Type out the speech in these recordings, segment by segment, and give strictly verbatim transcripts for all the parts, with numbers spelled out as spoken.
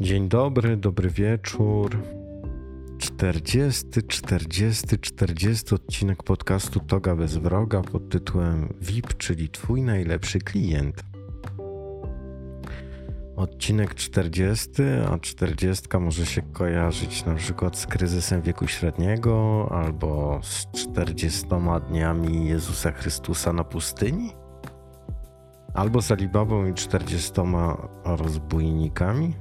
Dzień dobry, dobry wieczór. czterdziesty, czterdziesty, czterdziesty odcinek podcastu Toga bez wroga pod tytułem V I P, czyli Twój najlepszy klient. Odcinek czterdziesty, a czterdziestka może się kojarzyć na przykład z kryzysem wieku średniego albo z czterdziestoma dniami Jezusa Chrystusa na pustyni, albo z Alibabą i czterdziestoma rozbójnikami.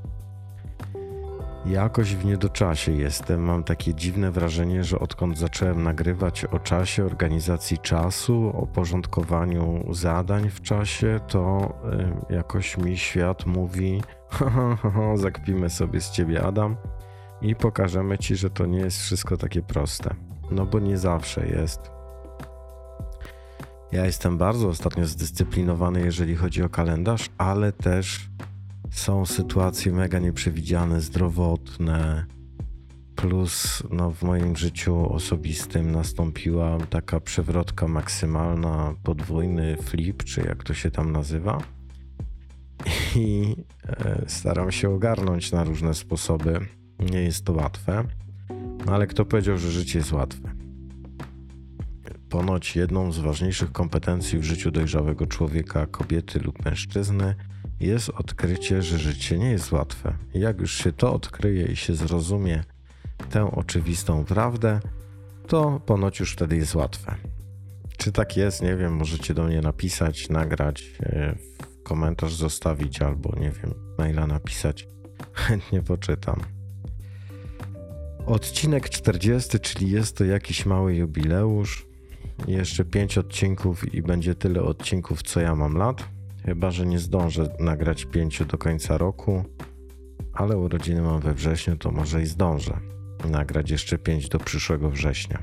Jakoś w niedoczasie jestem. Mam takie dziwne wrażenie, że odkąd zacząłem nagrywać o czasie, organizacji czasu, o porządkowaniu zadań w czasie, to y, jakoś mi świat mówi ha, ha, ha, ha, zakpimy sobie z ciebie, Adam, i pokażemy ci, że to nie jest wszystko takie proste. No bo nie zawsze jest. Ja jestem bardzo ostatnio zdyscyplinowany, jeżeli chodzi o kalendarz, ale też są sytuacje mega nieprzewidziane, zdrowotne, plus no, w moim życiu osobistym nastąpiła taka przewrotka maksymalna, podwójny flip, czy jak to się tam nazywa. I e, staram się ogarnąć na różne sposoby. Nie jest to łatwe, no, ale kto powiedział, że życie jest łatwe? Ponoć jedną z ważniejszych kompetencji w życiu dojrzałego człowieka, kobiety lub mężczyzny jest odkrycie, że życie nie jest łatwe. Jak już się to odkryje i się zrozumie tę oczywistą prawdę, to ponoć już wtedy jest łatwe. Czy tak jest? Nie wiem, możecie do mnie napisać, nagrać, w komentarz zostawić albo nie wiem, maila napisać. Chętnie poczytam. Odcinek czterdziesty, czyli jest to jakiś mały jubileusz. Jeszcze pięć odcinków i będzie tyle odcinków, co ja mam lat. Chyba że nie zdążę nagrać pięciu do końca roku, ale urodziny mam we wrześniu, to może i zdążę nagrać jeszcze pięć do przyszłego września.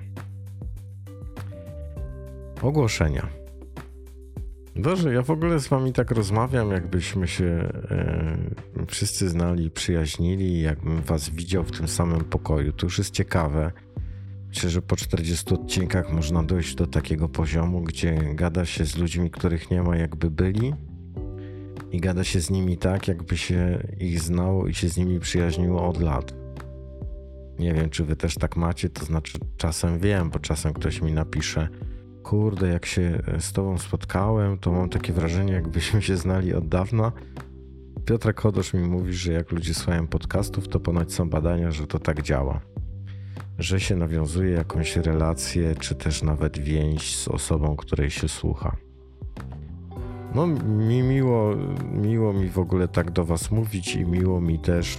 Ogłoszenia. Boże, ja w ogóle z wami tak rozmawiam, jakbyśmy się e, wszyscy znali, przyjaźnili, jakbym was widział w tym samym pokoju. To już jest ciekawe. Myślę, że po czterdziestu odcinkach można dojść do takiego poziomu, gdzie gada się z ludźmi, których nie ma, jakby byli, i gada się z nimi tak, jakby się ich znało i się z nimi przyjaźniło od lat. Nie wiem, czy wy też tak macie, to znaczy czasem wiem, bo czasem ktoś mi napisze: kurde, jak się z tobą spotkałem, to mam takie wrażenie, jakbyśmy się znali od dawna. Piotrek Chodosz mi mówi, że jak ludzie słuchają podcastów, to ponoć są badania, że to tak działa. Że się nawiązuje jakąś relację, czy też nawet więź z osobą, której się słucha. No mi miło, miło mi w ogóle tak do was mówić i miło mi też,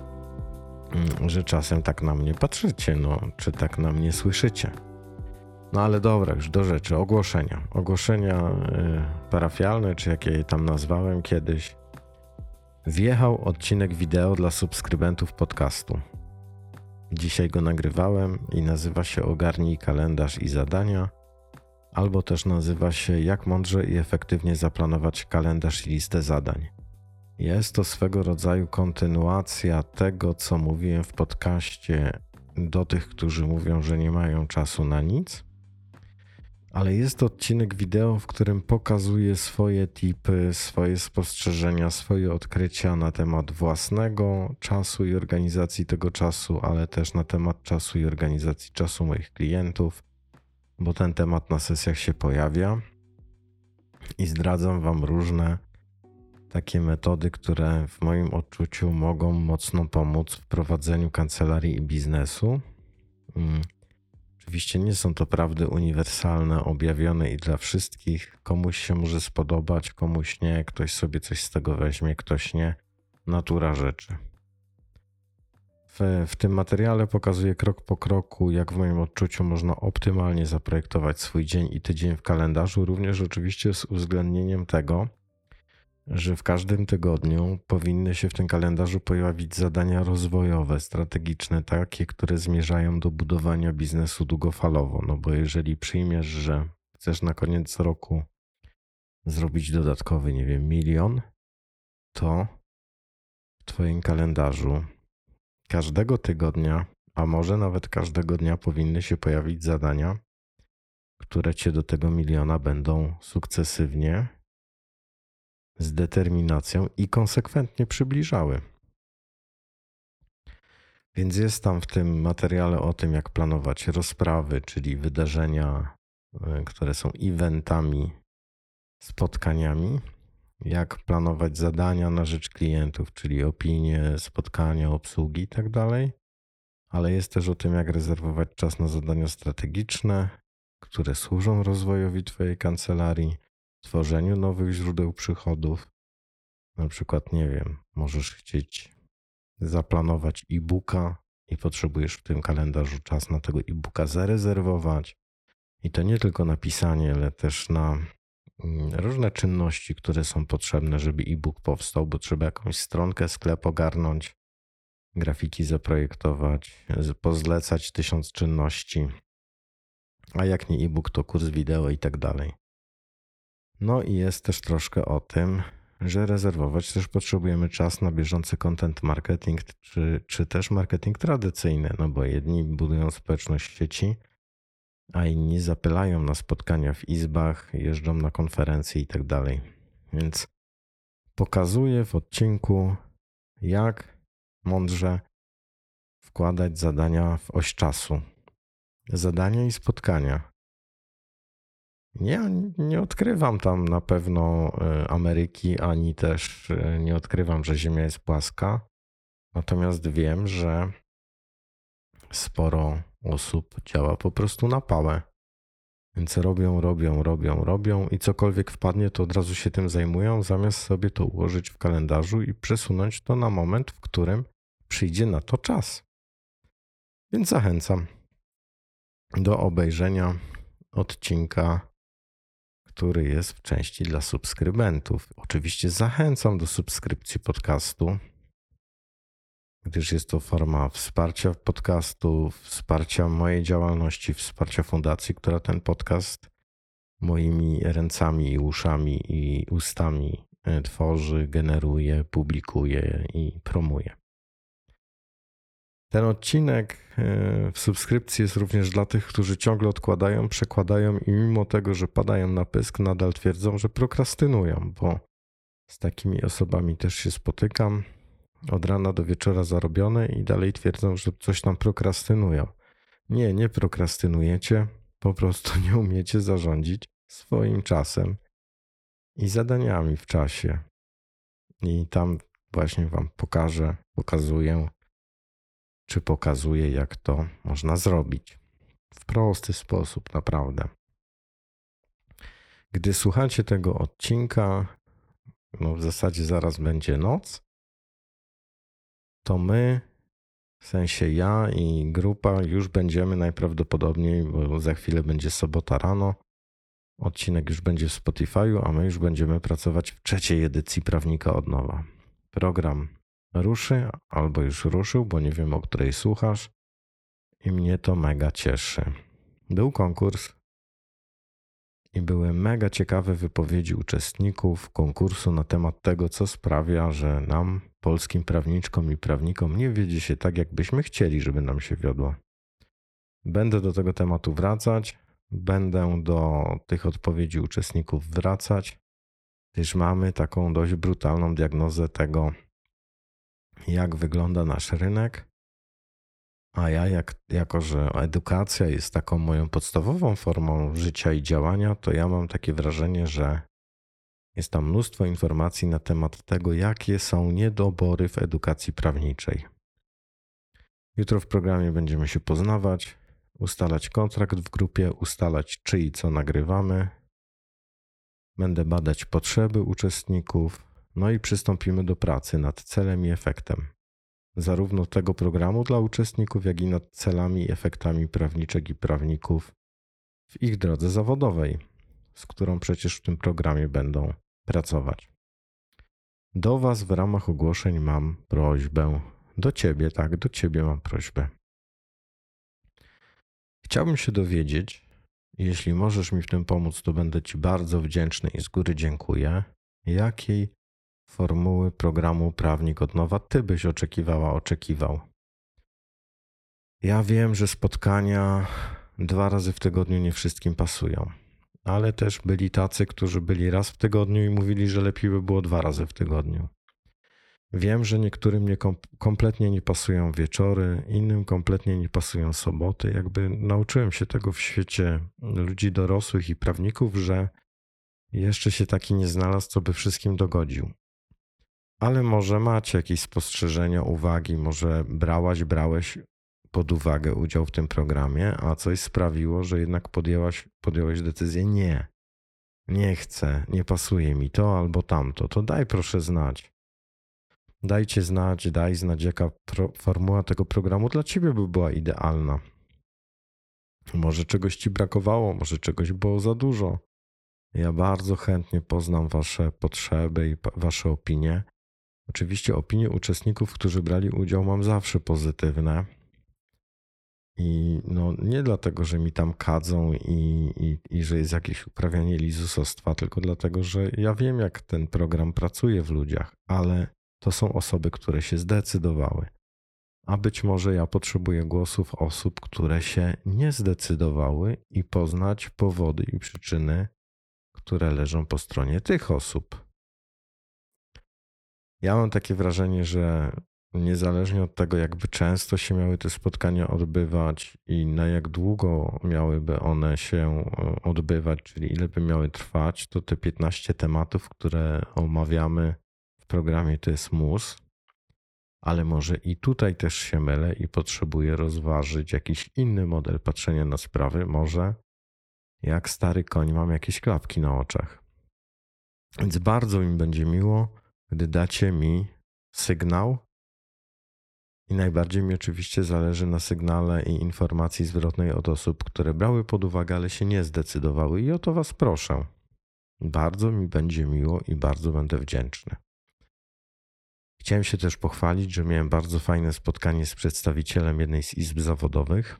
że czasem tak na mnie patrzycie, no, czy tak na mnie słyszycie. No ale dobra, już do rzeczy. Ogłoszenia. Ogłoszenia y, parafialne, czy jak ja je tam nazwałem kiedyś. Wjechał odcinek wideo dla subskrybentów podcastu. Dzisiaj go nagrywałem i nazywa się Ogarnij kalendarz i zadania, albo też nazywa się Jak mądrze i efektywnie zaplanować kalendarz i listę zadań. Jest to swego rodzaju kontynuacja tego, co mówiłem w podcaście do tych, którzy mówią, że nie mają czasu na nic, ale jest to odcinek wideo, w którym pokazuję swoje tipy, swoje spostrzeżenia, swoje odkrycia na temat własnego czasu i organizacji tego czasu, ale też na temat czasu i organizacji czasu moich klientów, bo ten temat na sesjach się pojawia i zdradzam wam różne takie metody, które w moim odczuciu mogą mocno pomóc w prowadzeniu kancelarii i biznesu. Oczywiście nie są to prawdy uniwersalne, objawione i dla wszystkich. Komuś się może spodobać, komuś nie. Ktoś sobie coś z tego weźmie, ktoś nie. Natura rzeczy. W, w tym materiale pokazuję krok po kroku, jak w moim odczuciu można optymalnie zaprojektować swój dzień i tydzień w kalendarzu, również oczywiście z uwzględnieniem tego, że w każdym tygodniu powinny się w tym kalendarzu pojawić zadania rozwojowe, strategiczne, takie, które zmierzają do budowania biznesu długofalowo. No bo jeżeli przyjmiesz, że chcesz na koniec roku zrobić dodatkowy, nie wiem, milion, to w twoim kalendarzu każdego tygodnia, a może nawet każdego dnia powinny się pojawić zadania, które cię do tego miliona będą sukcesywnie, z determinacją i konsekwentnie przybliżały. Więc jest tam w tym materiale o tym, jak planować rozprawy, czyli wydarzenia, które są eventami, spotkaniami, jak planować zadania na rzecz klientów, czyli opinie, spotkania, obsługi i tak dalej. Ale jest też o tym, jak rezerwować czas na zadania strategiczne, które służą rozwojowi Twojej kancelarii, tworzeniu nowych źródeł przychodów. Na przykład, nie wiem, możesz chcieć zaplanować e-booka i potrzebujesz w tym kalendarzu czas na tego e-booka zarezerwować. I to nie tylko na pisanie, ale też na różne czynności, które są potrzebne, żeby e-book powstał, bo trzeba jakąś stronkę, sklep ogarnąć, grafiki zaprojektować, pozlecać tysiąc czynności, a jak nie e-book, to kurs wideo i tak dalej. No i jest też troszkę o tym, że rezerwować też potrzebujemy czas na bieżący content marketing, czy, czy też marketing tradycyjny, no bo jedni budują społeczność w sieci, a inni zapylają na spotkania w izbach, jeżdżą na konferencje i tak dalej. Więc pokazuję w odcinku, jak mądrze wkładać zadania w oś czasu. Zadania i spotkania. Nie, nie odkrywam tam na pewno Ameryki, ani też nie odkrywam, że Ziemia jest płaska. Natomiast wiem, że sporo osób działa po prostu na pałę. Więc robią, robią, robią, robią i cokolwiek wpadnie, to od razu się tym zajmują, zamiast sobie to ułożyć w kalendarzu i przesunąć to na moment, w którym przyjdzie na to czas. Więc zachęcam do obejrzenia odcinka, który jest w części dla subskrybentów. Oczywiście zachęcam do subskrypcji podcastu, gdyż jest to forma wsparcia podcastu, wsparcia mojej działalności, wsparcia fundacji, która ten podcast moimi ręcami i uszami i ustami tworzy, generuje, publikuje i promuje. Ten odcinek w subskrypcji jest również dla tych, którzy ciągle odkładają, przekładają i mimo tego, że padają na pysk, nadal twierdzą, że prokrastynują, bo z takimi osobami też się spotykam. Od rana do wieczora zarobione i dalej twierdzą, że coś tam prokrastynują. Nie, nie prokrastynujecie, po prostu nie umiecie zarządzić swoim czasem i zadaniami w czasie. I tam właśnie wam pokażę, pokazuję, czy pokazuję, jak to można zrobić. W prosty sposób, naprawdę. Gdy słuchacie tego odcinka, no w zasadzie zaraz będzie noc, to my, w sensie ja i grupa, już będziemy najprawdopodobniej, bo za chwilę będzie sobota rano, odcinek już będzie w Spotify'u, a my już będziemy pracować w trzeciej edycji Prawnika od nowa. Program ruszy, albo już ruszył, bo nie wiem, o której słuchasz i mnie to mega cieszy. Był konkurs i były mega ciekawe wypowiedzi uczestników konkursu na temat tego, co sprawia, że nam, polskim prawniczkom i prawnikom, nie wiedzie się tak, jakbyśmy chcieli, żeby nam się wiodło. Będę do tego tematu wracać, będę do tych odpowiedzi uczestników wracać, gdyż mamy taką dość brutalną diagnozę tego, jak wygląda nasz rynek, a ja, jak, jako że edukacja jest taką moją podstawową formą życia i działania, to ja mam takie wrażenie, że jest tam mnóstwo informacji na temat tego, jakie są niedobory w edukacji prawniczej. Jutro w programie będziemy się poznawać, ustalać kontrakt w grupie, ustalać czy i co nagrywamy. Będę badać potrzeby uczestników, no i przystąpimy do pracy nad celem i efektem. Zarówno tego programu dla uczestników, jak i nad celami i efektami prawniczek i prawników w ich drodze zawodowej, z którą przecież w tym programie będą pracować. Do Was w ramach ogłoszeń mam prośbę. Do Ciebie, tak, do Ciebie mam prośbę. Chciałbym się dowiedzieć, jeśli możesz mi w tym pomóc, to będę Ci bardzo wdzięczny i z góry dziękuję, jakiej formuły programu Prawnik od nowa Ty byś oczekiwała, oczekiwał. Ja wiem, że spotkania dwa razy w tygodniu nie wszystkim pasują, ale też byli tacy, którzy byli raz w tygodniu i mówili, że lepiej by było dwa razy w tygodniu. Wiem, że niektórym nie kom- kompletnie nie pasują wieczory, innym kompletnie nie pasują soboty. Jakby nauczyłem się tego w świecie ludzi dorosłych i prawników, że jeszcze się taki nie znalazł, co by wszystkim dogodził. Ale może macie jakieś spostrzeżenia, uwagi, może brałaś, brałeś pod uwagę udział w tym programie, a coś sprawiło, że jednak podjęłaś, podjąłeś decyzję nie, nie chcę, nie pasuje mi to albo tamto, to daj proszę znać. Dajcie znać, daj znać, jaka pro, formuła tego programu dla ciebie by była idealna. Może czegoś ci brakowało, może czegoś było za dużo. Ja bardzo chętnie poznam wasze potrzeby i wasze opinie. Oczywiście opinie uczestników, którzy brali udział, mam zawsze pozytywne. I no nie dlatego, że mi tam kadzą i, i, i że jest jakieś uprawianie lizusostwa, tylko dlatego, że ja wiem, jak ten program pracuje w ludziach, ale to są osoby, które się zdecydowały. A być może ja potrzebuję głosów osób, które się nie zdecydowały i poznać powody i przyczyny, które leżą po stronie tych osób. Ja mam takie wrażenie, że niezależnie od tego, jakby często się miały te spotkania odbywać i na jak długo miałyby one się odbywać, czyli ile by miały trwać, to te piętnaście tematów, które omawiamy w programie, to jest mus. Ale może i tutaj też się mylę i potrzebuję rozważyć jakiś inny model patrzenia na sprawy. Może jak stary koń mam jakieś klapki na oczach. Więc bardzo mi będzie miło, gdy dacie mi sygnał i najbardziej mi oczywiście zależy na sygnale i informacji zwrotnej od osób, które brały pod uwagę, ale się nie zdecydowały i o to was proszę. Bardzo mi będzie miło i bardzo będę wdzięczny. Chciałem się też pochwalić, że miałem bardzo fajne spotkanie z przedstawicielem jednej z izb zawodowych.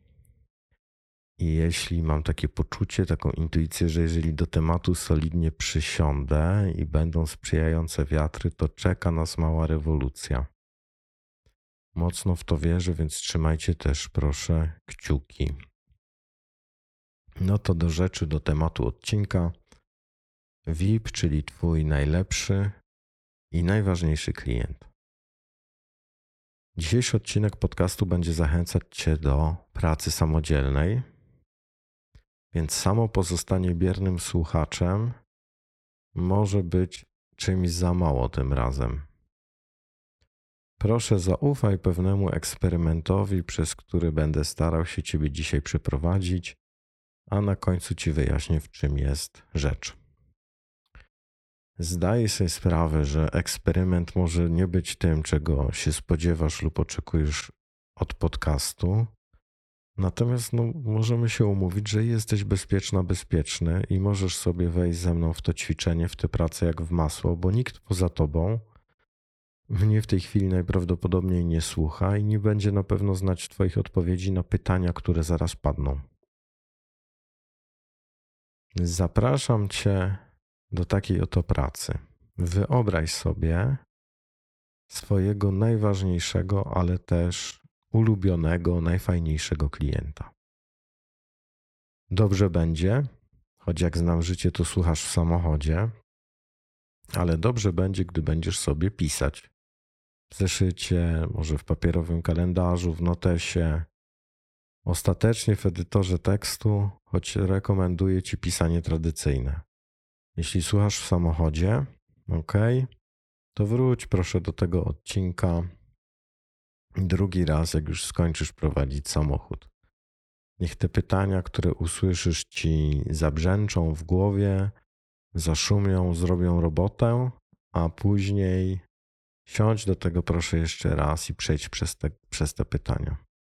I jeśli mam takie poczucie, taką intuicję, że jeżeli do tematu solidnie przysiądę i będą sprzyjające wiatry, to czeka nas mała rewolucja. Mocno w to wierzę, więc trzymajcie też proszę kciuki. No to do rzeczy, do tematu odcinka. V I P, czyli twój najlepszy i najważniejszy klient. Dzisiejszy odcinek podcastu będzie zachęcać cię do pracy samodzielnej, więc samo pozostanie biernym słuchaczem może być czymś za mało tym razem. Proszę zaufaj pewnemu eksperymentowi, przez który będę starał się ciebie dzisiaj przeprowadzić, a na końcu ci wyjaśnię, w czym jest rzecz. Zdaję sobie sprawę, że eksperyment może nie być tym, czego się spodziewasz lub oczekujesz od podcastu. Natomiast no, możemy się umówić, że jesteś bezpieczna, bezpieczny i możesz sobie wejść ze mną w to ćwiczenie, w tę pracę jak w masło, bo nikt poza tobą mnie w tej chwili najprawdopodobniej nie słucha i nie będzie na pewno znać twoich odpowiedzi na pytania, które zaraz padną. Zapraszam cię do takiej oto pracy. Wyobraź sobie swojego najważniejszego, ale też ulubionego, najfajniejszego klienta. Dobrze będzie, choć jak znam życie, to słuchasz w samochodzie, ale dobrze będzie, gdy będziesz sobie pisać w zeszycie, może w papierowym kalendarzu, w notesie, ostatecznie w edytorze tekstu, choć rekomenduję ci pisanie tradycyjne. Jeśli słuchasz w samochodzie, ok, to wróć proszę do tego odcinka drugi raz, jak już skończysz prowadzić samochód. Niech te pytania, które usłyszysz, ci zabrzęczą w głowie, zaszumią, zrobią robotę, a później siądź do tego proszę jeszcze raz i przejdź przez te, przez te pytania.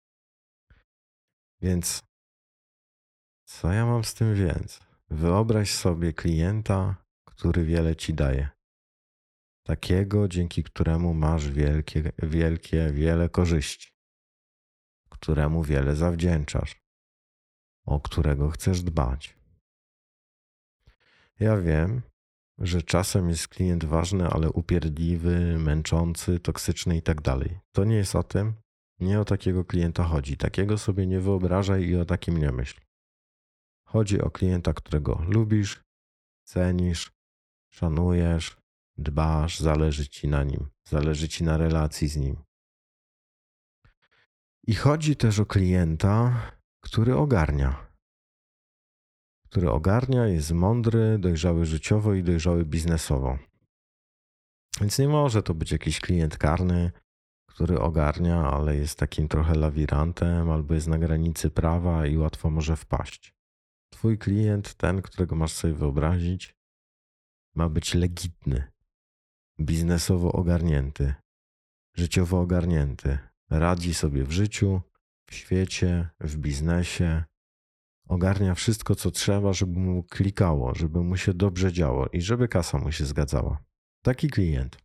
Więc co ja mam z tym więc? Wyobraź sobie klienta, który wiele ci daje. Takiego, dzięki któremu masz wielkie, wielkie, wiele korzyści, któremu wiele zawdzięczasz, o którego chcesz dbać. Ja wiem, że czasem jest klient ważny, ale upierdliwy, męczący, toksyczny i tak dalej. To nie jest o tym, nie o takiego klienta chodzi. Takiego sobie nie wyobrażaj i o takim nie myśl. Chodzi o klienta, którego lubisz, cenisz, szanujesz, dbasz, zależy ci na nim, zależy ci na relacji z nim. I chodzi też o klienta, który ogarnia. Który ogarnia, jest mądry, dojrzały życiowo i dojrzały biznesowo. Więc nie może to być jakiś klient karny, który ogarnia, ale jest takim trochę lawirantem albo jest na granicy prawa i łatwo może wpaść. Twój klient, ten, którego masz sobie wyobrazić, ma być legitny, biznesowo ogarnięty, życiowo ogarnięty. Radzi sobie w życiu, w świecie, w biznesie. Ogarnia wszystko, co trzeba, żeby mu klikało, żeby mu się dobrze działo i żeby kasa mu się zgadzała. Taki klient.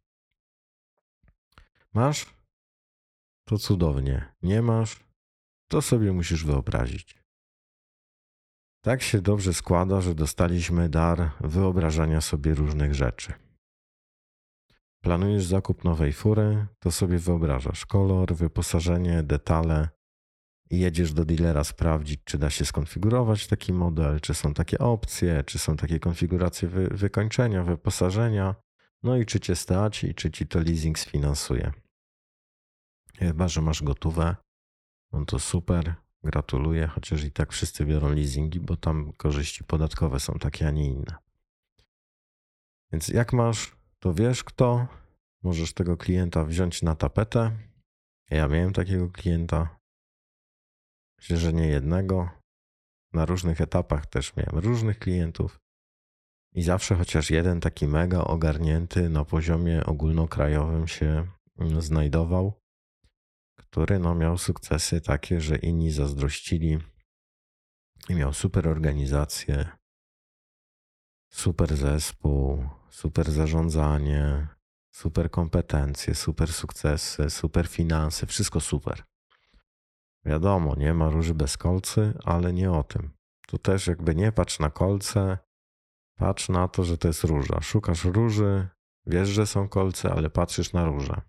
Masz? To cudownie. Nie masz? To sobie musisz wyobrazić. Tak się dobrze składa, że dostaliśmy dar wyobrażania sobie różnych rzeczy. Planujesz zakup nowej fury, to sobie wyobrażasz kolor, wyposażenie, detale i jedziesz do dealera sprawdzić, czy da się skonfigurować taki model, czy są takie opcje, czy są takie konfiguracje wy- wykończenia, wyposażenia, no i czy cię stać i czy ci to leasing sfinansuje. Chyba że masz gotowe, no to super, gratuluję, chociaż i tak wszyscy biorą leasingi, bo tam korzyści podatkowe są takie, a nie inne. Więc jak masz, to wiesz kto, możesz tego klienta wziąć na tapetę. Ja miałem takiego klienta, myślę, że nie jednego. Na różnych etapach też miałem różnych klientów i zawsze chociaż jeden taki mega ogarnięty na poziomie ogólnokrajowym się znajdował, który no miał sukcesy takie, że inni zazdrościli i miał super organizację, super zespół, super zarządzanie, super kompetencje, super sukcesy, super finanse, wszystko super. Wiadomo, nie ma róży bez kolcy, ale nie o tym. Tu też jakby nie patrz na kolce, patrz na to, że to jest róża. Szukasz róży, wiesz, że są kolce, ale patrzysz na różę.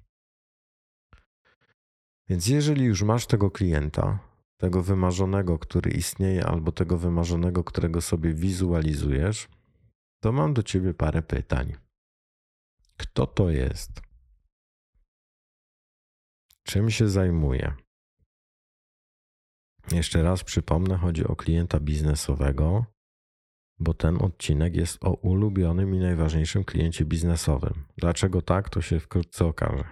Więc jeżeli już masz tego klienta, tego wymarzonego, który istnieje, albo tego wymarzonego, którego sobie wizualizujesz, to mam do ciebie parę pytań. Kto to jest? Czym się zajmuje? Jeszcze raz przypomnę, chodzi o klienta biznesowego, bo ten odcinek jest o ulubionym i najważniejszym kliencie biznesowym. Dlaczego tak, to się wkrótce okaże.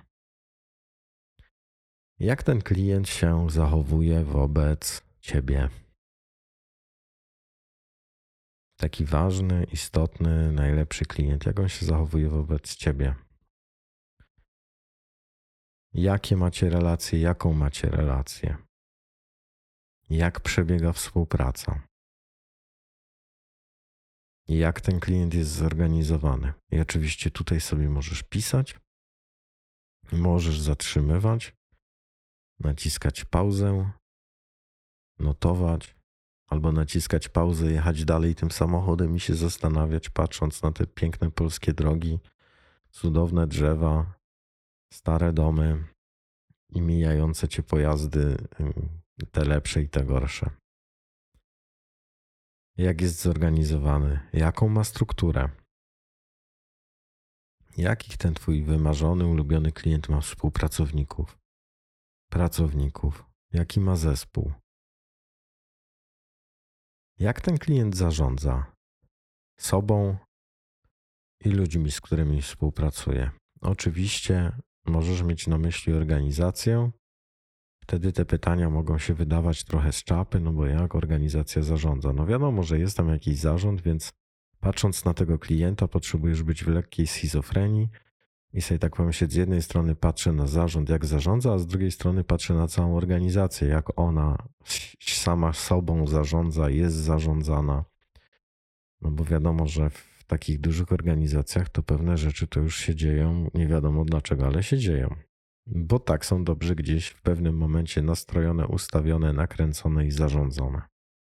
Jak ten klient się zachowuje wobec ciebie? Taki ważny, istotny, najlepszy klient, jak on się zachowuje wobec ciebie? Jakie macie relacje, jaką macie relację? Jak przebiega współpraca? Jak ten klient jest zorganizowany? I oczywiście tutaj sobie możesz pisać, możesz zatrzymywać, naciskać pauzę, notować, albo naciskać pauzę, jechać dalej tym samochodem i się zastanawiać, patrząc na te piękne polskie drogi, cudowne drzewa, stare domy i mijające cię pojazdy, te lepsze i te gorsze. Jak jest zorganizowany? Jaką ma strukturę? Jakich ten twój wymarzony, ulubiony klient ma współpracowników? Pracowników? Jaki ma zespół? Jak ten klient zarządza sobą i ludźmi, z którymi współpracuje? Oczywiście możesz mieć na myśli organizację. Wtedy te pytania mogą się wydawać trochę z czapy, no bo jak organizacja zarządza? No wiadomo, że jest tam jakiś zarząd, więc patrząc na tego klienta potrzebujesz być w lekkiej schizofrenii i sobie tak pomyśleć, z jednej strony patrzę na zarząd, jak zarządza, a z drugiej strony patrzę na całą organizację, jak ona sama sobą zarządza, jest zarządzana. No bo wiadomo, że w takich dużych organizacjach to pewne rzeczy to już się dzieją, nie wiadomo dlaczego, ale się dzieją. Bo tak są dobrze gdzieś w pewnym momencie nastrojone, ustawione, nakręcone i zarządzone.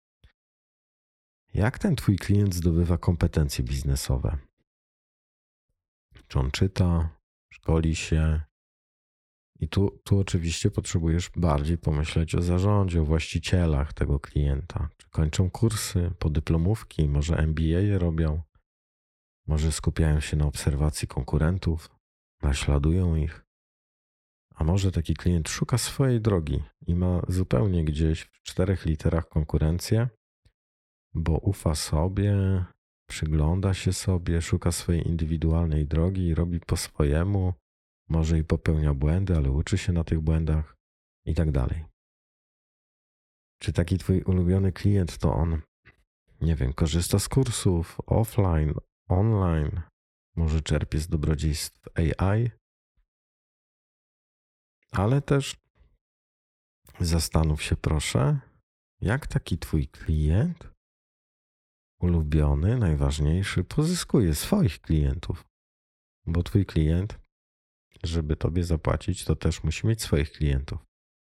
Jak ten twój klient zdobywa kompetencje biznesowe? Czy on czyta, szkoli się? I tu, tu oczywiście potrzebujesz bardziej pomyśleć o zarządzie, o właścicielach tego klienta. Czy kończą kursy, podyplomówki, może M B A je robią? Może skupiają się na obserwacji konkurentów, naśladują ich. A może taki klient szuka swojej drogi i ma zupełnie gdzieś w czterech literach konkurencję, bo ufa sobie, przygląda się sobie, szuka swojej indywidualnej drogi i robi po swojemu, może i popełnia błędy, ale uczy się na tych błędach i tak dalej. Czy taki twój ulubiony klient to on, nie wiem, korzysta z kursów offline, online, może czerpie z dobrodziejstw A I, ale też zastanów się proszę, jak taki twój klient ulubiony, najważniejszy, pozyskuje swoich klientów. Bo twój klient, żeby tobie zapłacić, to też musi mieć swoich klientów.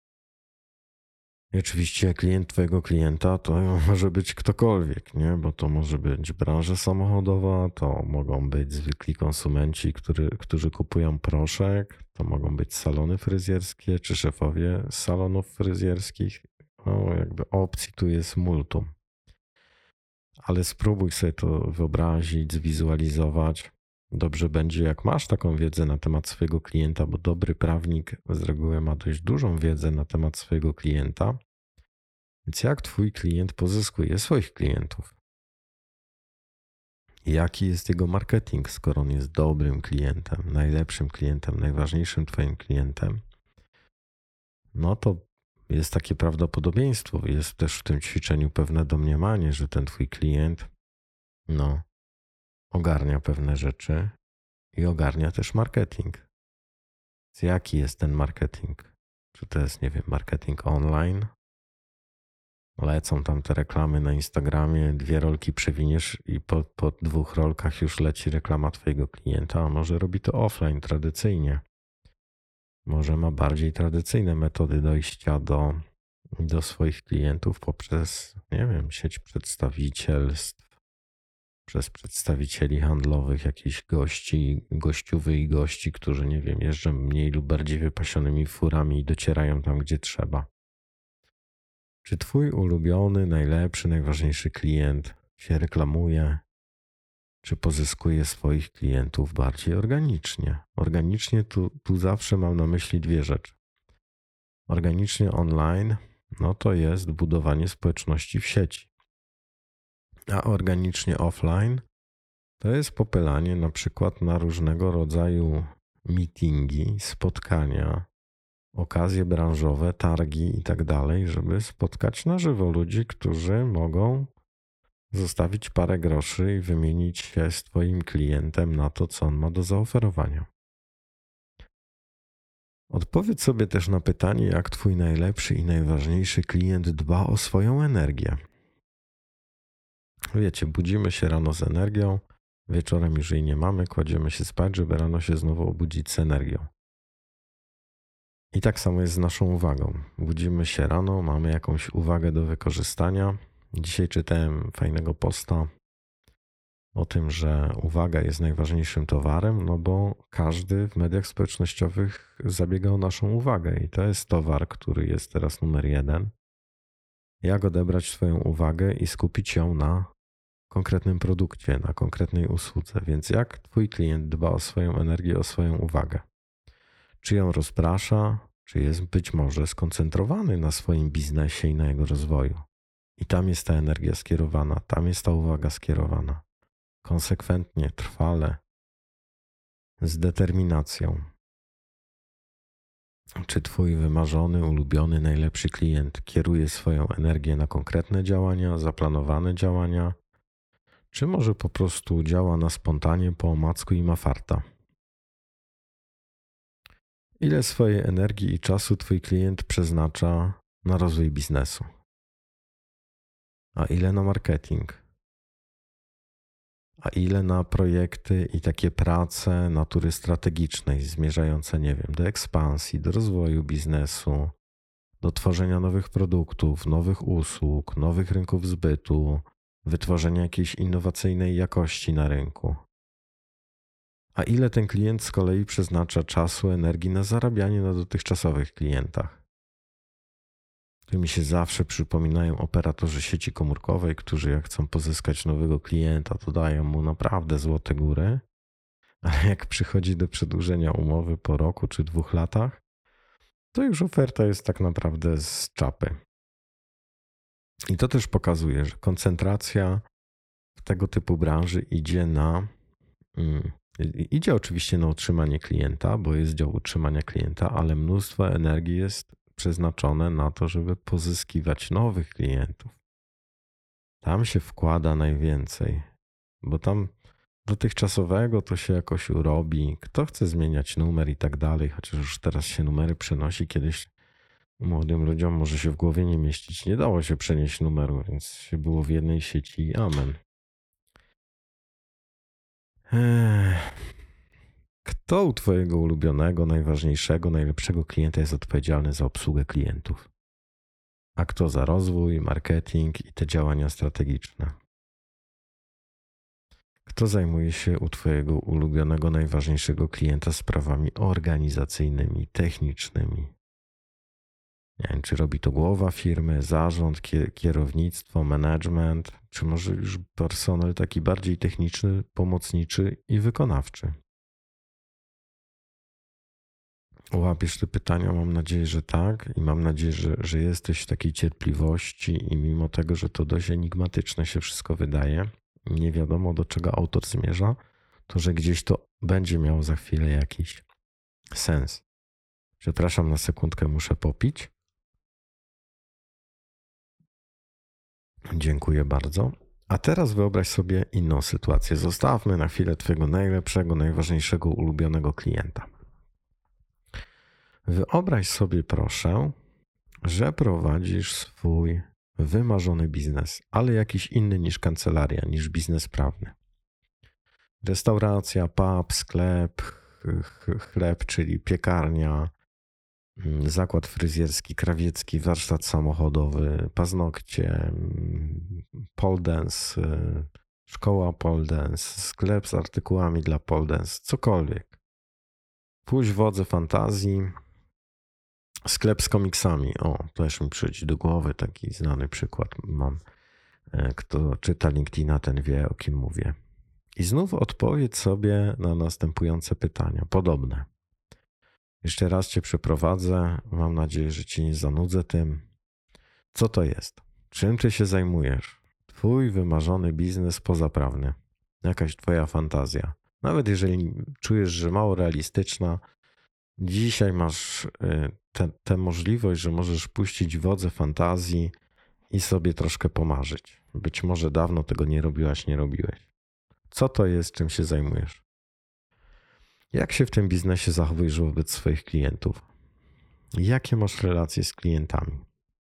I oczywiście klient twojego klienta to może być ktokolwiek, nie? Bo to może być branża samochodowa, to mogą być zwykli konsumenci, który, którzy kupują proszek, to mogą być salony fryzjerskie czy szefowie salonów fryzjerskich. No, jakby opcji tu jest multum. Ale spróbuj sobie to wyobrazić, zwizualizować. Dobrze będzie, jak masz taką wiedzę na temat swojego klienta, bo dobry prawnik z reguły ma dość dużą wiedzę na temat swojego klienta. Więc jak twój klient pozyskuje swoich klientów? Jaki jest jego marketing, skoro on jest dobrym klientem, najlepszym klientem, najważniejszym twoim klientem? No to jest takie prawdopodobieństwo, jest też w tym ćwiczeniu pewne domniemanie, że ten twój klient no, ogarnia pewne rzeczy i ogarnia też marketing. Więc jaki jest ten marketing? Czy to jest, nie wiem, marketing online? Lecą tam te reklamy na Instagramie, dwie rolki przewiniesz i po, po dwóch rolkach już leci reklama twojego klienta, a może robi to offline, tradycyjnie. Może ma bardziej tradycyjne metody dojścia do, do swoich klientów poprzez, nie wiem, sieć przedstawicielstw, przez przedstawicieli handlowych, jakichś gości, gościuwy i gości, którzy, nie wiem, jeżdżą mniej lub bardziej wypasionymi furami i docierają tam, gdzie trzeba. Czy twój ulubiony, najlepszy, najważniejszy klient się reklamuje? Czy pozyskuje swoich klientów bardziej organicznie? Organicznie tu, tu zawsze mam na myśli dwie rzeczy. Organicznie online, no to jest budowanie społeczności w sieci. A organicznie offline to jest popylanie na przykład na różnego rodzaju meetingi, spotkania, okazje branżowe, targi i tak dalej, żeby spotkać na żywo ludzi, którzy mogą zostawić parę groszy i wymienić się z twoim klientem na to, co on ma do zaoferowania. Odpowiedz sobie też na pytanie, jak twój najlepszy i najważniejszy klient dba o swoją energię. Wiecie, budzimy się rano z energią, wieczorem już jej nie mamy, kładziemy się spać, żeby rano się znowu obudzić z energią. I tak samo jest z naszą uwagą. Budzimy się rano, mamy jakąś uwagę do wykorzystania. Dzisiaj czytałem fajnego posta o tym, że uwaga jest najważniejszym towarem, no bo każdy w mediach społecznościowych zabiega o naszą uwagę i to jest towar, który jest teraz numer jeden. Jak odebrać swoją uwagę i skupić ją na konkretnym produkcie, na konkretnej usłudze. Więc jak twój klient dba o swoją energię, o swoją uwagę? Czy ją rozprasza, czy jest być może skoncentrowany na swoim biznesie i na jego rozwoju? I tam jest ta energia skierowana, tam jest ta uwaga skierowana. Konsekwentnie, trwale, z determinacją. Czy twój wymarzony, ulubiony, najlepszy klient kieruje swoją energię na konkretne działania, zaplanowane działania, czy może po prostu działa na spontanie, po omacku i ma farta? Ile swojej energii i czasu twój klient przeznacza na rozwój biznesu? A ile na marketing? A ile na projekty i takie prace natury strategicznej, zmierzające, nie wiem, do ekspansji, do rozwoju biznesu, do tworzenia nowych produktów, nowych usług, nowych rynków zbytu, wytworzenia jakiejś innowacyjnej jakości na rynku? A ile ten klient z kolei przeznacza czasu, energii na zarabianie na dotychczasowych klientach? Tu mi się zawsze przypominają operatorzy sieci komórkowej, którzy jak chcą pozyskać nowego klienta, to dają mu naprawdę złote góry, ale jak przychodzi do przedłużenia umowy po roku czy dwóch latach, to już oferta jest tak naprawdę z czapy. I to też pokazuje, że koncentracja w tego typu branży idzie na mm, idzie oczywiście na utrzymanie klienta, bo jest dział utrzymania klienta, ale mnóstwo energii jest przeznaczone na to, żeby pozyskiwać nowych klientów. Tam się wkłada najwięcej, bo tam dotychczasowego to się jakoś urobi. Kto chce zmieniać numer i tak dalej, chociaż już teraz się numery przenosi. Kiedyś młodym ludziom może się w głowie nie mieścić. Nie dało się przenieść numeru, więc się było w jednej sieci i amen. Ech. Kto u twojego ulubionego, najważniejszego, najlepszego klienta jest odpowiedzialny za obsługę klientów? A kto za rozwój, marketing i te działania strategiczne? Kto zajmuje się u twojego ulubionego, najważniejszego klienta sprawami organizacyjnymi, technicznymi? Nie wiem, czy robi to głowa firmy, zarząd, kierownictwo, management, czy może już personel taki bardziej techniczny, pomocniczy i wykonawczy? Łapiesz te pytania? Mam nadzieję, że tak i mam nadzieję, że, że jesteś w takiej cierpliwości i mimo tego, że to dość enigmatyczne się wszystko wydaje, nie wiadomo do czego autor zmierza, to że gdzieś to będzie miało za chwilę jakiś sens. Przepraszam, na sekundkę muszę popić. Dziękuję bardzo. A teraz wyobraź sobie inną sytuację. Zostawmy na chwilę twojego najlepszego, najważniejszego, ulubionego klienta. Wyobraź sobie proszę, że prowadzisz swój wymarzony biznes, ale jakiś inny niż kancelaria, niż biznes prawny. Restauracja, pub, sklep, chleb, czyli piekarnia, zakład fryzjerski, krawiecki, warsztat samochodowy, paznokcie, pole dance, szkoła pole dance, sklep z artykułami dla pole dance, cokolwiek. Pójść w wodze fantazji, sklep z komiksami. O, też mi przychodzi do głowy taki znany przykład mam. Kto czyta LinkedIna, ten wie, o kim mówię. I znów odpowiedz sobie na następujące pytania, podobne. Jeszcze raz cię przeprowadzę. Mam nadzieję, że cię nie zanudzę tym. Co to jest? Czym ty się zajmujesz? Twój wymarzony biznes pozaprawny. Jakaś twoja fantazja. Nawet jeżeli czujesz, że mało realistyczna, dzisiaj masz tę możliwość, że możesz puścić wodze fantazji i sobie troszkę pomarzyć. Być może dawno tego nie robiłaś, nie robiłeś. Co to jest, czym się zajmujesz? Jak się w tym biznesie zachowujesz wobec swoich klientów? Jakie masz relacje z klientami?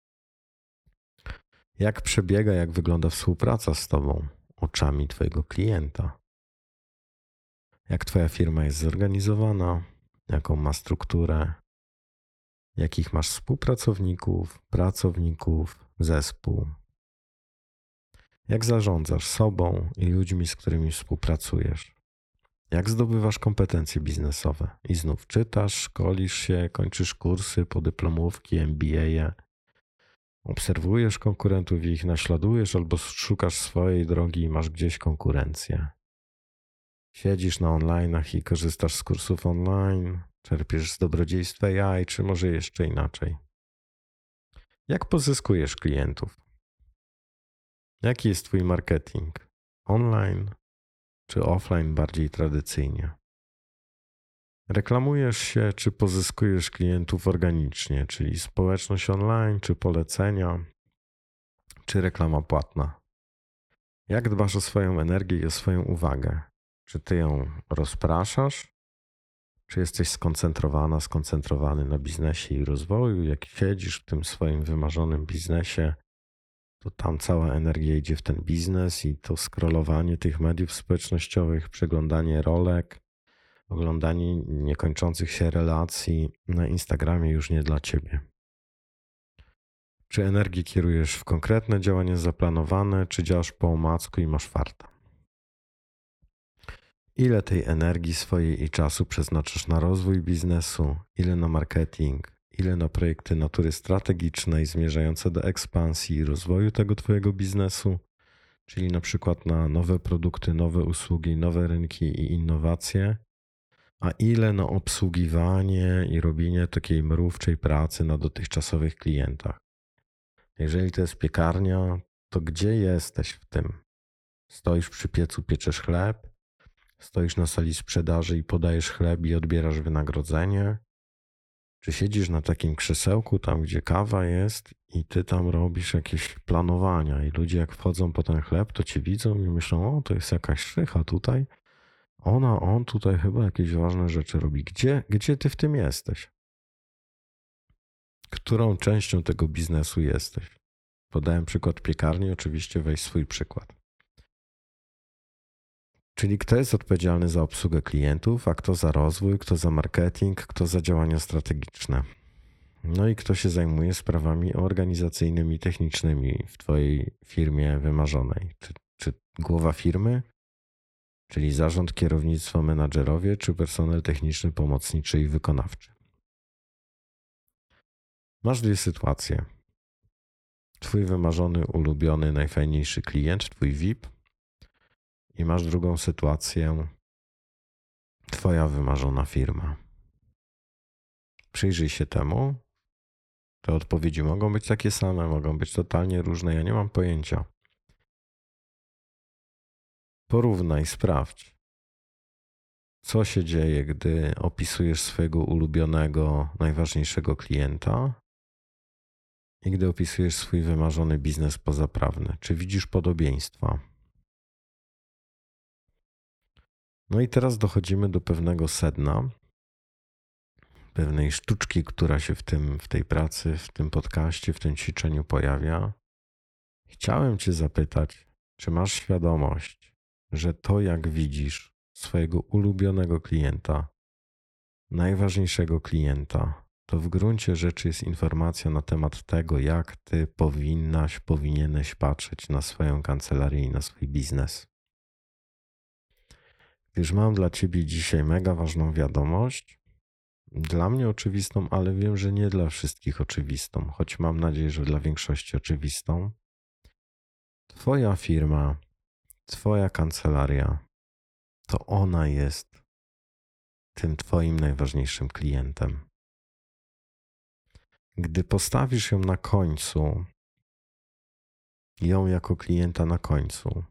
Jak przebiega, jak wygląda współpraca z tobą, oczami twojego klienta? Jak twoja firma jest zorganizowana? Jaką ma strukturę? Jakich masz współpracowników, pracowników, zespół? Jak zarządzasz sobą i ludźmi, z którymi współpracujesz? Jak zdobywasz kompetencje biznesowe? I znów czytasz, szkolisz się, kończysz kursy, podyplomówki, M B A, obserwujesz konkurentów i ich naśladujesz albo szukasz swojej drogi i masz gdzieś konkurencję. Siedzisz na online'ach i korzystasz z kursów online, czerpiesz z dobrodziejstw A I, czy może jeszcze inaczej. Jak pozyskujesz klientów? Jaki jest twój marketing? Online czy offline bardziej tradycyjnie? Reklamujesz się, czy pozyskujesz klientów organicznie, czyli społeczność online, czy polecenia, czy reklama płatna? Jak dbasz o swoją energię i o swoją uwagę? Czy ty ją rozpraszasz? Czy jesteś skoncentrowana, skoncentrowany na biznesie i rozwoju? Jak siedzisz w tym swoim wymarzonym biznesie, to tam cała energia idzie w ten biznes i to scrollowanie tych mediów społecznościowych, przeglądanie rolek, oglądanie niekończących się relacji na Instagramie już nie dla ciebie. Czy energię kierujesz w konkretne działania zaplanowane, czy działasz po omacku i masz farta? Ile tej energii swojej i czasu przeznaczasz na rozwój biznesu, ile na marketing, ile na projekty natury strategicznej zmierzające do ekspansji i rozwoju tego twojego biznesu, czyli na przykład na nowe produkty, nowe usługi, nowe rynki i innowacje, a ile na obsługiwanie i robienie takiej mrówczej pracy na dotychczasowych klientach. Jeżeli to jest piekarnia, to gdzie jesteś w tym? Stoisz przy piecu, pieczesz chleb, stoisz na sali sprzedaży i podajesz chleb i odbierasz wynagrodzenie? Czy siedzisz na takim krzesełku, tam gdzie kawa jest i ty tam robisz jakieś planowania i ludzie jak wchodzą po ten chleb, to cię widzą i myślą, o to jest jakaś szycha tutaj, ona, on tutaj chyba jakieś ważne rzeczy robi. Gdzie, gdzie ty w tym jesteś? Którą częścią tego biznesu jesteś? Podałem przykład piekarni, oczywiście weź swój przykład. Czyli kto jest odpowiedzialny za obsługę klientów, a kto za rozwój, kto za marketing, kto za działania strategiczne. No i kto się zajmuje sprawami organizacyjnymi, technicznymi w twojej firmie wymarzonej. Czy, czy głowa firmy, czyli zarząd, kierownictwo, menadżerowie, czy personel techniczny, pomocniczy i wykonawczy. Masz dwie sytuacje. Twój wymarzony, ulubiony, najfajniejszy klient, twój V I P, i masz drugą sytuację, twoja wymarzona firma. Przyjrzyj się temu. Te odpowiedzi mogą być takie same, mogą być totalnie różne, ja nie mam pojęcia. Porównaj, sprawdź, co się dzieje, gdy opisujesz swojego ulubionego, najważniejszego klienta i gdy opisujesz swój wymarzony biznes pozaprawny. Czy widzisz podobieństwa? No i teraz dochodzimy do pewnego sedna, pewnej sztuczki, która się w tym, w tej pracy, w tym podcaście, w tym ćwiczeniu pojawia. Chciałem cię zapytać, czy masz świadomość, że to, jak widzisz swojego ulubionego klienta, najważniejszego klienta, to w gruncie rzeczy jest informacja na temat tego, jak ty powinnaś, powinieneś patrzeć na swoją kancelarię i na swój biznes. Gdyż mam dla ciebie dzisiaj mega ważną wiadomość, dla mnie oczywistą, ale wiem, że nie dla wszystkich oczywistą, choć mam nadzieję, że dla większości oczywistą. Twoja firma, twoja kancelaria, to ona jest tym twoim najważniejszym klientem. Gdy postawisz ją na końcu, ją jako klienta na końcu,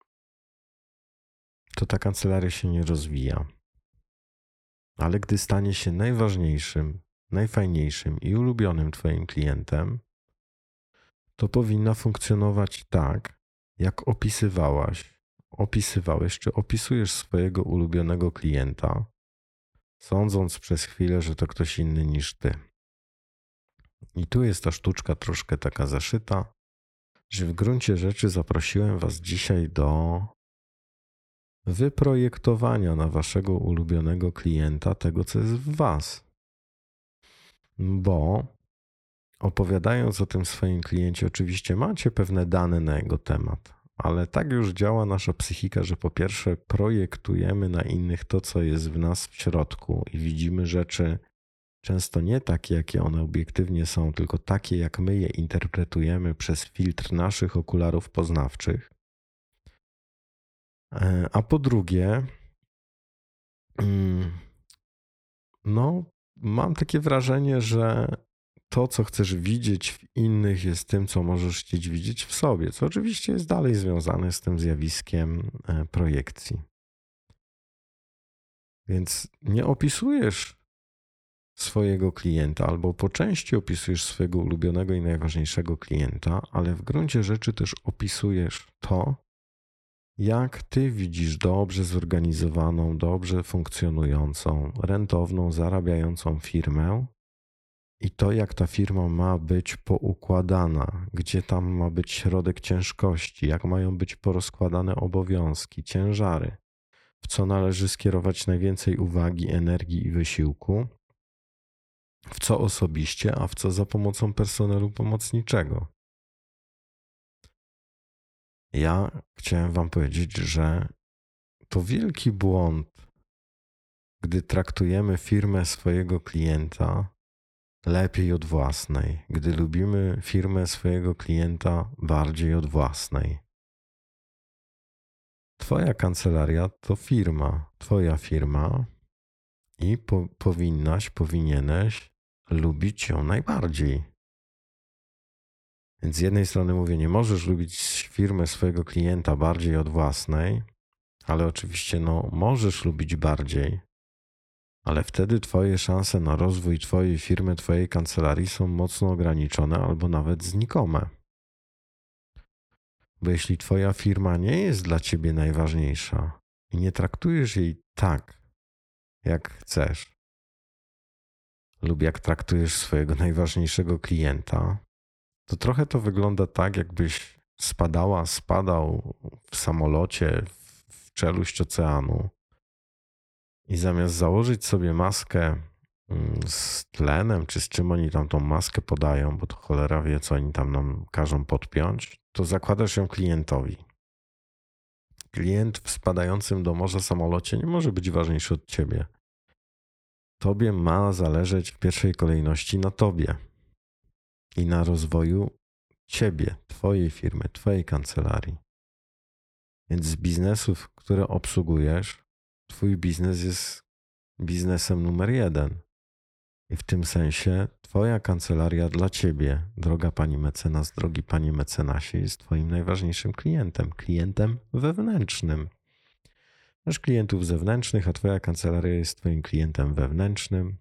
to ta kancelaria się nie rozwija. Ale gdy stanie się najważniejszym, najfajniejszym i ulubionym twoim klientem, to powinna funkcjonować tak, jak opisywałaś, opisywałeś, czy opisujesz swojego ulubionego klienta, sądząc przez chwilę, że to ktoś inny niż ty. I tu jest ta sztuczka troszkę taka zaszyta, że w gruncie rzeczy zaprosiłem was dzisiaj do wyprojektowania na waszego ulubionego klienta tego, co jest w was. Bo opowiadając o tym swoim kliencie, oczywiście macie pewne dane na jego temat, ale tak już działa nasza psychika, że po pierwsze projektujemy na innych to, co jest w nas w środku i widzimy rzeczy często nie takie, jakie one obiektywnie są, tylko takie, jak my je interpretujemy przez filtr naszych okularów poznawczych. A po drugie, no, mam takie wrażenie, że to, co chcesz widzieć w innych, jest tym, co możesz chcieć widzieć w sobie, co oczywiście jest dalej związane z tym zjawiskiem projekcji. Więc nie opisujesz swojego klienta, albo po części opisujesz swojego ulubionego i najważniejszego klienta, ale w gruncie rzeczy też opisujesz to, jak ty widzisz dobrze zorganizowaną, dobrze funkcjonującą, rentowną, zarabiającą firmę i to, jak ta firma ma być poukładana, gdzie tam ma być środek ciężkości, jak mają być porozkładane obowiązki, ciężary, w co należy skierować najwięcej uwagi, energii i wysiłku, w co osobiście, a w co za pomocą personelu pomocniczego. Ja chciałem wam powiedzieć, że to wielki błąd, gdy traktujemy firmę swojego klienta lepiej od własnej, gdy lubimy firmę swojego klienta bardziej od własnej. Twoja kancelaria to firma, twoja firma i po, powinnaś, powinieneś lubić ją najbardziej. Więc z jednej strony mówię, nie możesz lubić firmę swojego klienta bardziej od własnej, ale oczywiście no, możesz lubić bardziej, ale wtedy twoje szanse na rozwój twojej firmy, twojej kancelarii są mocno ograniczone albo nawet znikome. Bo jeśli twoja firma nie jest dla ciebie najważniejsza i nie traktujesz jej tak, jak chcesz, lub jak traktujesz swojego najważniejszego klienta, to trochę to wygląda tak, jakbyś spadała, spadał w samolocie w czeluść oceanu i zamiast założyć sobie maskę z tlenem, czy z czym oni tam tą maskę podają, bo to cholera wie, co oni tam nam każą podpiąć, to zakładasz ją klientowi. Klient w spadającym do morza samolocie nie może być ważniejszy od ciebie. Tobie ma zależeć w pierwszej kolejności na tobie i na rozwoju ciebie, twojej firmy, twojej kancelarii. Więc z biznesów, które obsługujesz, twój biznes jest biznesem numer jeden. I w tym sensie twoja kancelaria dla ciebie, droga pani mecenas, drogi panie mecenasie, jest twoim najważniejszym klientem, klientem wewnętrznym. Masz klientów zewnętrznych, a twoja kancelaria jest twoim klientem wewnętrznym.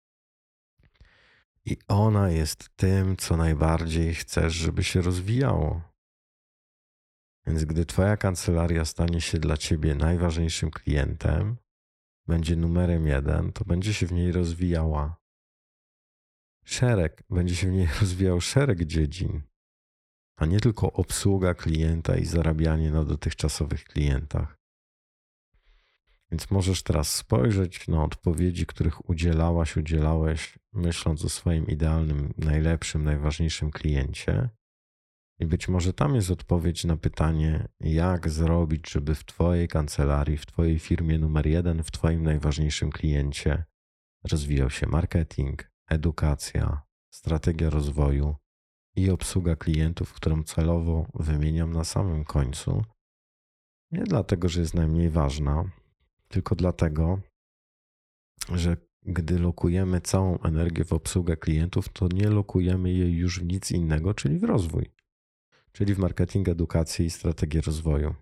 I ona jest tym, co najbardziej chcesz, żeby się rozwijało. Więc gdy twoja kancelaria stanie się dla ciebie najważniejszym klientem, będzie numerem jeden, to będzie się w niej rozwijała szereg, będzie się w niej rozwijał szereg dziedzin, a nie tylko obsługa klienta i zarabianie na dotychczasowych klientach. Więc możesz teraz spojrzeć na odpowiedzi, których udzielałaś, udzielałeś, myśląc o swoim idealnym, najlepszym, najważniejszym kliencie. I być może tam jest odpowiedź na pytanie, jak zrobić, żeby w twojej kancelarii, w twojej firmie numer jeden, w twoim najważniejszym kliencie rozwijał się marketing, edukacja, strategia rozwoju i obsługa klientów, którą celowo wymieniam na samym końcu. Nie dlatego, że jest najmniej ważna, tylko dlatego, że gdy lokujemy całą energię w obsługę klientów, to nie lokujemy jej już w nic innego, czyli w rozwój, czyli w marketing, edukację i strategię rozwoju.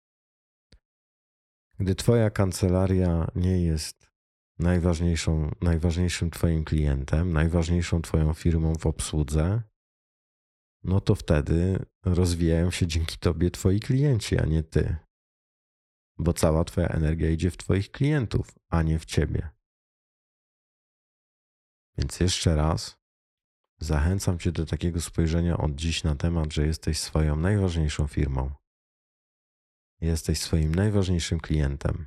Gdy twoja kancelaria nie jest najważniejszą, najważniejszym twoim klientem, najważniejszą twoją firmą w obsłudze, no to wtedy rozwijają się dzięki tobie twoi klienci, a nie ty. Bo cała twoja energia idzie w twoich klientów, a nie w ciebie. Więc jeszcze raz zachęcam cię do takiego spojrzenia od dziś na temat, że jesteś swoją najważniejszą firmą. Jesteś swoim najważniejszym klientem.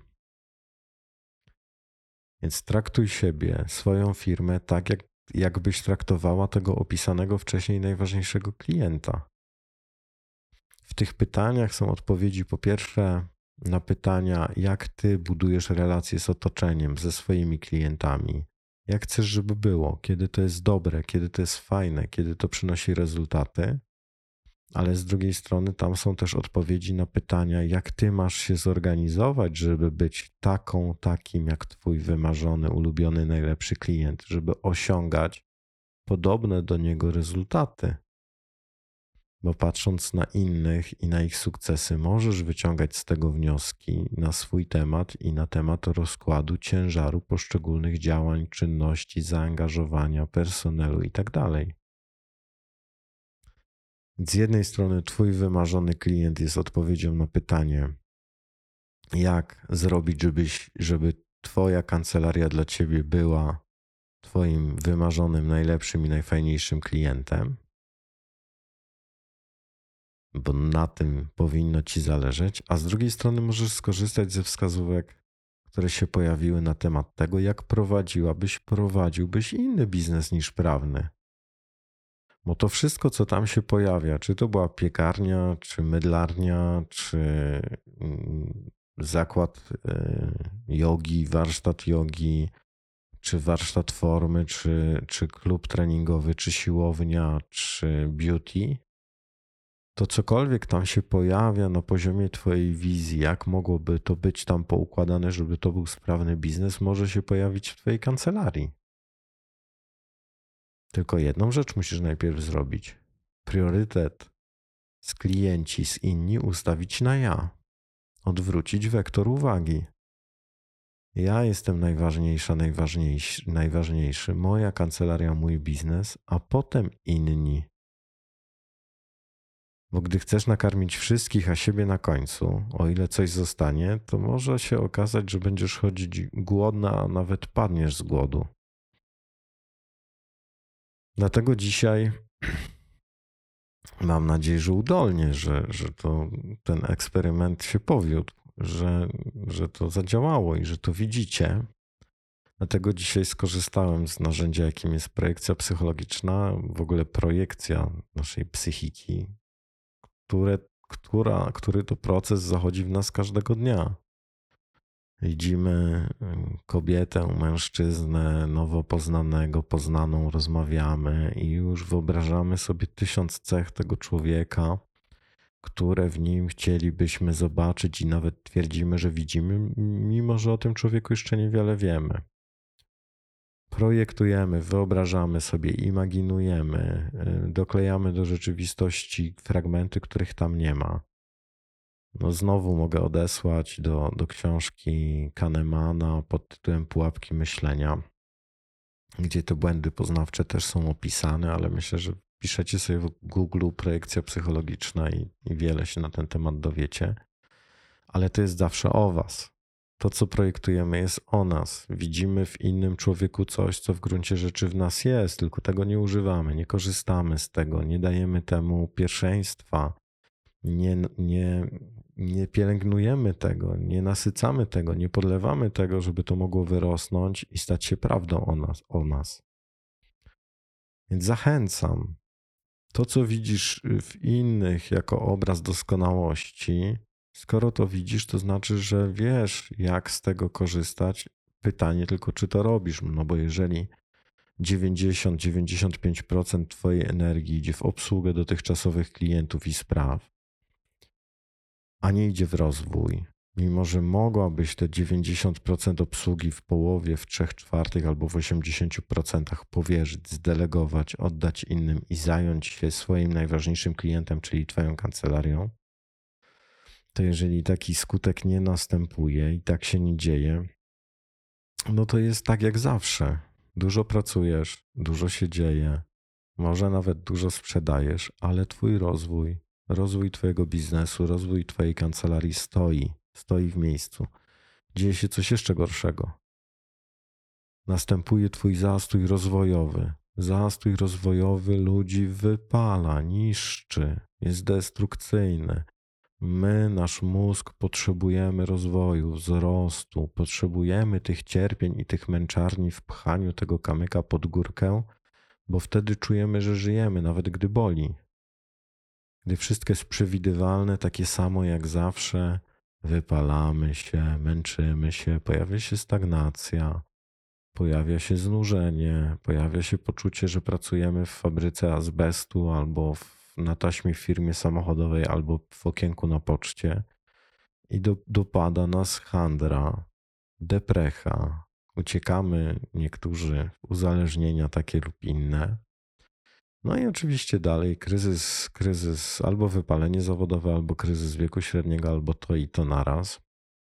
Więc traktuj siebie, swoją firmę tak, jak, jakbyś traktowała tego opisanego wcześniej najważniejszego klienta. W tych pytaniach są odpowiedzi po pierwsze na pytania, jak ty budujesz relacje z otoczeniem, ze swoimi klientami, jak chcesz, żeby było, kiedy to jest dobre, kiedy to jest fajne, kiedy to przynosi rezultaty, ale z drugiej strony tam są też odpowiedzi na pytania, jak ty masz się zorganizować, żeby być taką, takim jak twój wymarzony, ulubiony, najlepszy klient, żeby osiągać podobne do niego rezultaty. Bo patrząc na innych i na ich sukcesy, możesz wyciągać z tego wnioski na swój temat i na temat rozkładu ciężaru poszczególnych działań, czynności, zaangażowania, personelu itd. Z jednej strony twój wymarzony klient jest odpowiedzią na pytanie, jak zrobić, żebyś, żeby twoja kancelaria dla ciebie była twoim wymarzonym, najlepszym i najfajniejszym klientem, bo na tym powinno ci zależeć, a z drugiej strony możesz skorzystać ze wskazówek, które się pojawiły na temat tego, jak prowadziłabyś, prowadziłbyś inny biznes niż prawny. Bo to wszystko, co tam się pojawia, czy to była piekarnia, czy mydlarnia, czy zakład jogi, warsztat jogi, czy warsztat formy, czy, czy klub treningowy, czy siłownia, czy beauty, to cokolwiek tam się pojawia na poziomie twojej wizji, jak mogłoby to być tam poukładane, żeby to był sprawny biznes, może się pojawić w twojej kancelarii. Tylko jedną rzecz musisz najpierw zrobić. Priorytet z klienci, z inni ustawić na ja. Odwrócić wektor uwagi. Ja jestem najważniejsza, najważniejszy, najważniejszy, moja kancelaria, mój biznes, a potem inni. Bo gdy chcesz nakarmić wszystkich, a siebie na końcu, o ile coś zostanie, to może się okazać, że będziesz chodzić głodna, a nawet padniesz z głodu. Dlatego dzisiaj mam nadzieję, że udolnie, że, że to, ten eksperyment się powiódł, że, że to zadziałało i że to widzicie. Dlatego dzisiaj skorzystałem z narzędzia, jakim jest projekcja psychologiczna, w ogóle projekcja naszej psychiki, które, która, który to proces zachodzi w nas każdego dnia. Widzimy kobietę, mężczyznę, nowo poznanego, poznaną, rozmawiamy i już wyobrażamy sobie tysiąc cech tego człowieka, które w nim chcielibyśmy zobaczyć i nawet twierdzimy, że widzimy, mimo że o tym człowieku jeszcze niewiele wiemy. Projektujemy, wyobrażamy sobie, imaginujemy, doklejamy do rzeczywistości fragmenty, których tam nie ma. No znowu mogę odesłać do, do książki Kahnemana pod tytułem Pułapki myślenia, gdzie te błędy poznawcze też są opisane, ale myślę, że piszecie sobie w Google projekcja psychologiczna i, i wiele się na ten temat dowiecie. Ale to jest zawsze o was. To, co projektujemy, jest o nas. Widzimy w innym człowieku coś, co w gruncie rzeczy w nas jest, tylko tego nie używamy, nie korzystamy z tego, nie dajemy temu pierwszeństwa, nie, nie, nie pielęgnujemy tego, nie nasycamy tego, nie podlewamy tego, żeby to mogło wyrosnąć i stać się prawdą o nas. O nas. Więc zachęcam. To, co widzisz w innych jako obraz doskonałości, skoro to widzisz, to znaczy, że wiesz, jak z tego korzystać. Pytanie tylko, czy to robisz, no bo jeżeli dziewięćdziesiąt do dziewięćdziesięciu pięciu procent twojej energii idzie w obsługę dotychczasowych klientów i spraw, a nie idzie w rozwój, mimo że mogłabyś te dziewięćdziesiąt procent obsługi w połowie, w trzech czwartych albo w osiemdziesięciu procentach powierzyć, zdelegować, oddać innym i zająć się swoim najważniejszym klientem, czyli twoją kancelarią, to jeżeli taki skutek nie następuje i tak się nie dzieje, no to jest tak jak zawsze. Dużo pracujesz, dużo się dzieje, może nawet dużo sprzedajesz, ale twój rozwój, rozwój twojego biznesu, rozwój twojej kancelarii stoi, stoi w miejscu. Dzieje się coś jeszcze gorszego. Następuje twój zastój rozwojowy. Zastój rozwojowy ludzi wypala, niszczy, jest destrukcyjny. My, nasz mózg, potrzebujemy rozwoju, wzrostu, potrzebujemy tych cierpień i tych męczarni w pchaniu tego kamyka pod górkę, bo wtedy czujemy, że żyjemy, nawet gdy boli. Gdy wszystko jest przewidywalne, takie samo jak zawsze, wypalamy się, męczymy się, pojawia się stagnacja, pojawia się znużenie, pojawia się poczucie, że pracujemy w fabryce azbestu albo w, na taśmie w firmie samochodowej albo w okienku na poczcie i do, dopada nas handra, deprecha. Uciekamy niektórzy w uzależnienia takie lub inne. No i oczywiście dalej kryzys, kryzys albo wypalenie zawodowe, albo kryzys wieku średniego, albo to i to naraz.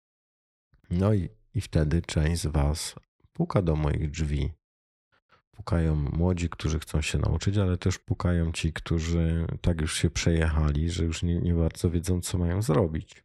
No i, i wtedy część z was puka do moich drzwi. Pukają młodzi, którzy chcą się nauczyć, ale też pukają ci, którzy tak już się przejechali, że już nie, nie bardzo wiedzą, co mają zrobić.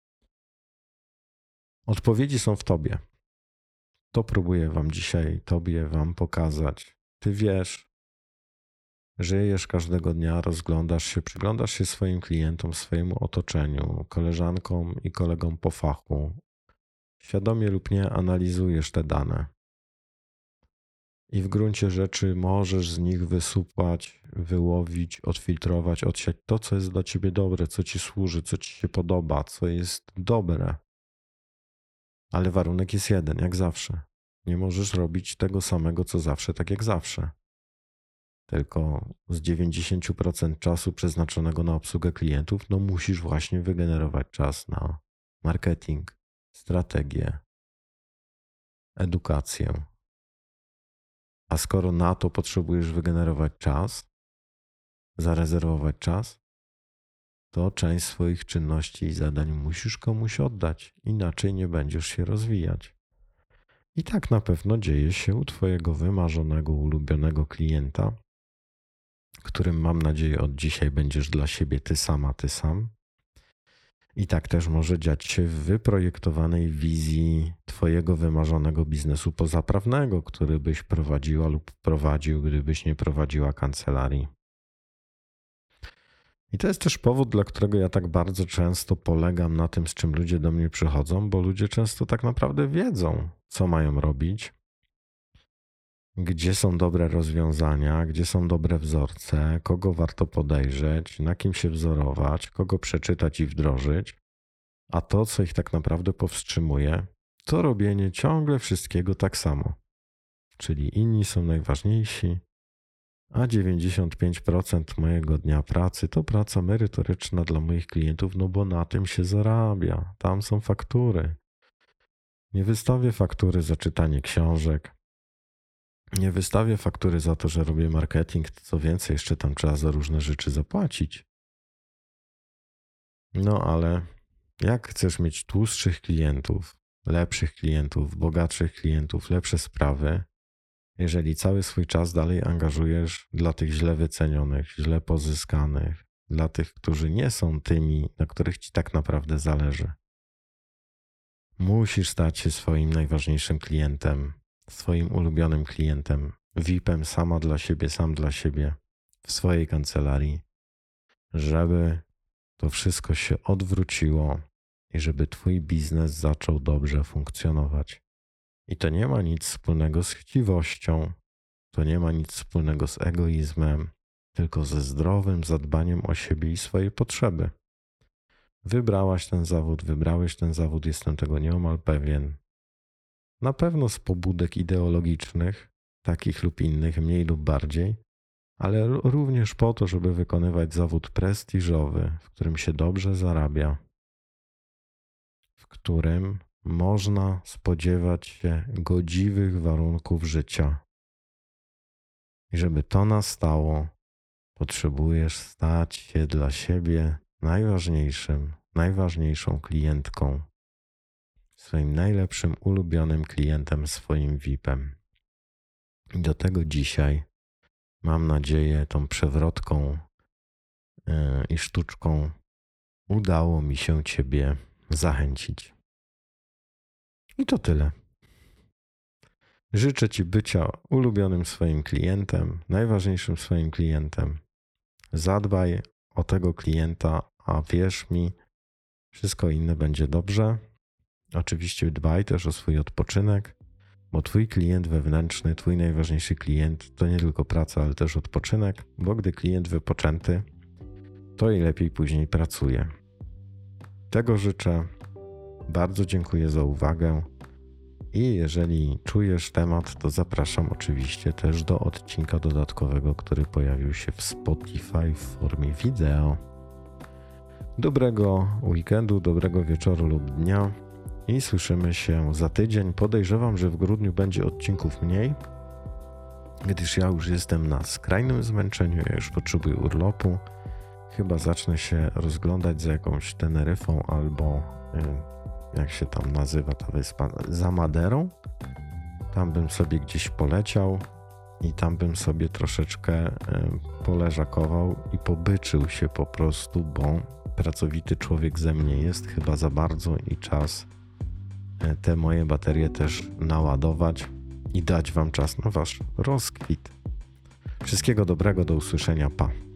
Odpowiedzi są w tobie. To próbuję wam dzisiaj, tobie, wam pokazać. Ty wiesz, żyjesz każdego dnia, rozglądasz się, przyglądasz się swoim klientom, swojemu otoczeniu, koleżankom i kolegom po fachu. Świadomie lub nie analizujesz te dane. I w gruncie rzeczy możesz z nich wysupłać, wyłowić, odfiltrować, odsiać to, co jest dla ciebie dobre, co ci służy, co ci się podoba, co jest dobre. Ale warunek jest jeden, jak zawsze. Nie możesz robić tego samego, co zawsze, tak jak zawsze. Tylko z dziewięćdziesiąt procent czasu przeznaczonego na obsługę klientów, no musisz właśnie wygenerować czas na marketing, strategię, edukację. A skoro na to potrzebujesz wygenerować czas, zarezerwować czas, to część swoich czynności i zadań musisz komuś oddać, inaczej nie będziesz się rozwijać. I tak na pewno dzieje się u twojego wymarzonego, ulubionego klienta, którym mam nadzieję od dzisiaj będziesz dla siebie ty sama, ty sam. I tak też może dziać się w wyprojektowanej wizji twojego wymarzonego biznesu pozaprawnego, który byś prowadziła lub prowadził, gdybyś nie prowadziła kancelarii. I to jest też powód, dla którego ja tak bardzo często polegam na tym, z czym ludzie do mnie przychodzą, bo ludzie często tak naprawdę wiedzą, co mają robić, gdzie są dobre rozwiązania, gdzie są dobre wzorce, kogo warto podejrzeć, na kim się wzorować, kogo przeczytać i wdrożyć. A to, co ich tak naprawdę powstrzymuje, to robienie ciągle wszystkiego tak samo. Czyli inni są najważniejsi, a dziewięćdziesiąt pięć procent mojego dnia pracy to praca merytoryczna dla moich klientów, no bo na tym się zarabia. Tam są faktury. Nie wystawię faktury za czytanie książek. Nie wystawię faktury za to, że robię marketing. Co więcej, jeszcze tam trzeba za różne rzeczy zapłacić. No ale jak chcesz mieć tłustszych klientów, lepszych klientów, bogatszych klientów, lepsze sprawy, jeżeli cały swój czas dalej angażujesz dla tych źle wycenionych, źle pozyskanych, dla tych, którzy nie są tymi, na których ci tak naprawdę zależy. Musisz stać się swoim najważniejszym klientem, swoim ulubionym klientem, V I P-em sama dla siebie, sam dla siebie, w swojej kancelarii, żeby to wszystko się odwróciło i żeby twój biznes zaczął dobrze funkcjonować. I to nie ma nic wspólnego z chciwością, to nie ma nic wspólnego z egoizmem, tylko ze zdrowym zadbaniem o siebie i swoje potrzeby. Wybrałaś ten zawód, wybrałeś ten zawód, jestem tego nieomal pewien. Na pewno z pobudek ideologicznych, takich lub innych, mniej lub bardziej, ale również po to, żeby wykonywać zawód prestiżowy, w którym się dobrze zarabia, w którym można spodziewać się godziwych warunków życia. I żeby to nastało, potrzebujesz stać się dla siebie najważniejszym, najważniejszą klientką, swoim najlepszym, ulubionym klientem, swoim V I P-em. I do tego dzisiaj, mam nadzieję, tą przewrotką yy, i sztuczką udało mi się ciebie zachęcić. I to tyle. Życzę ci bycia ulubionym swoim klientem, najważniejszym swoim klientem. Zadbaj o tego klienta, a wierz mi, wszystko inne będzie dobrze. Oczywiście dbaj też o swój odpoczynek, bo twój klient wewnętrzny, twój najważniejszy klient to nie tylko praca, ale też odpoczynek, bo gdy klient wypoczęty, to i lepiej później pracuje. Tego życzę. Bardzo dziękuję za uwagę i jeżeli czujesz temat, to zapraszam oczywiście też do odcinka dodatkowego, który pojawił się w Spotify w formie wideo. Dobrego weekendu, dobrego wieczoru lub dnia i słyszymy się za tydzień. Podejrzewam, że w grudniu będzie odcinków mniej, gdyż ja już jestem na skrajnym zmęczeniu, ja już potrzebuję urlopu. Chyba zacznę się rozglądać za jakąś Teneryfą albo jak się tam nazywa ta wyspa, za Maderą. Tam bym sobie gdzieś poleciał i tam bym sobie troszeczkę poleżakował i pobyczył się po prostu, bo pracowity człowiek ze mnie jest chyba za bardzo i czas te moje baterie też naładować i dać wam czas na wasz rozkwit. Wszystkiego dobrego, do usłyszenia, pa.